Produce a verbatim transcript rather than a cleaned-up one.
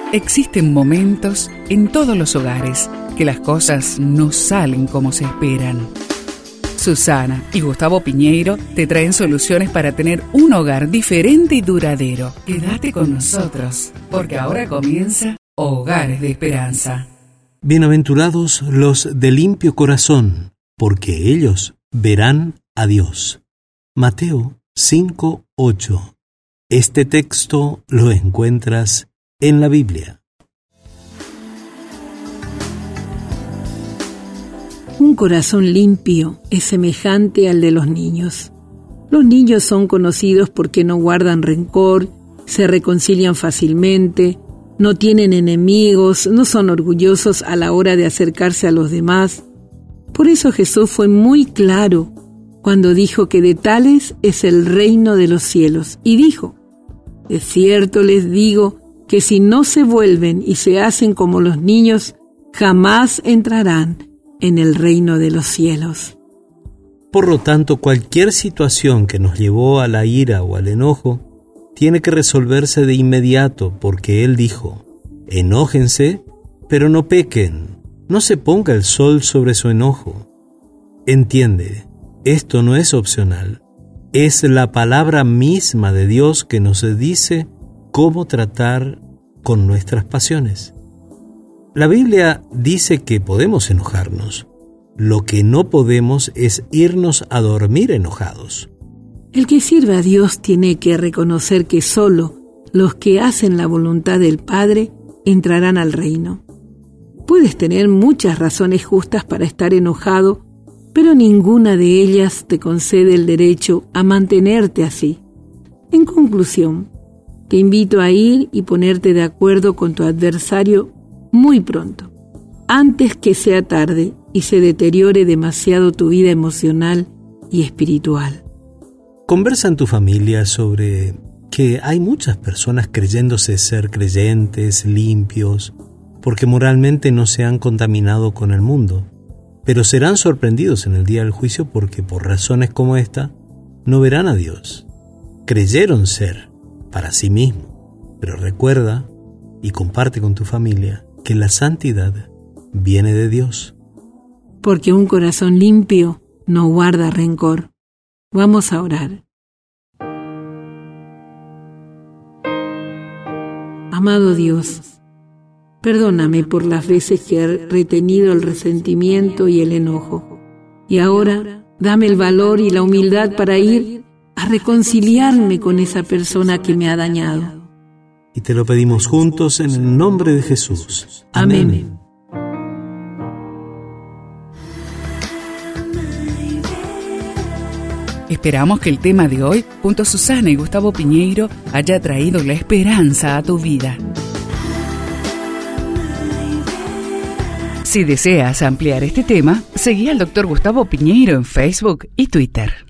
Existen momentos en todos los hogares que las cosas no salen como se esperan. Susana y Gustavo Piñeiro te traen soluciones para tener un hogar diferente y duradero. Quédate con nosotros, porque ahora comienza Hogares de Esperanza. Bienaventurados los de limpio corazón, porque ellos verán a Dios. Mateo cinco ocho. Este texto lo encuentras en la Biblia. Un corazón limpio es semejante al de los niños. Los niños son conocidos porque no guardan rencor, se reconcilian fácilmente, no tienen enemigos, no son orgullosos a la hora de acercarse a los demás. Por eso Jesús fue muy claro cuando dijo que de tales es el reino de los cielos. Y dijo: de cierto les digo que si no se vuelven y se hacen como los niños, jamás entrarán en el reino de los cielos. Por lo tanto, cualquier situación que nos llevó a la ira o al enojo tiene que resolverse de inmediato, porque Él dijo: enójense, pero no pequen, no se ponga el sol sobre su enojo. Entiende, esto no es opcional, es la palabra misma de Dios que nos dice cómo tratar con nuestras pasiones. La Biblia dice que podemos enojarnos. Lo que no podemos es irnos a dormir enojados. El que sirve a Dios tiene que reconocer que solo los que hacen la voluntad del Padre entrarán al reino. Puedes tener muchas razones justas para estar enojado, pero ninguna de ellas te concede el derecho a mantenerte así. En conclusión, te invito a ir y ponerte de acuerdo con tu adversario muy pronto, antes que sea tarde y se deteriore demasiado tu vida emocional y espiritual. Conversa en tu familia sobre que hay muchas personas creyéndose ser creyentes, limpios, porque moralmente no se han contaminado con el mundo, pero serán sorprendidos en el día del juicio porque por razones como esta no verán a Dios. Creyeron ser para sí mismo, pero recuerda y comparte con tu familia que la santidad viene de Dios. Porque un corazón limpio no guarda rencor. Vamos a orar. Amado Dios, perdóname por las veces que he retenido el resentimiento y el enojo. Y ahora, dame el valor y la humildad para ir a reconciliarme con esa persona que me ha dañado. Y te lo pedimos juntos en el nombre de Jesús. Amén. Amén. Esperamos que el tema de hoy, junto a Susana y Gustavo Piñeiro, haya traído la esperanza a tu vida. Si deseas ampliar este tema, seguí al doctor Gustavo Piñeiro en Facebook y Twitter.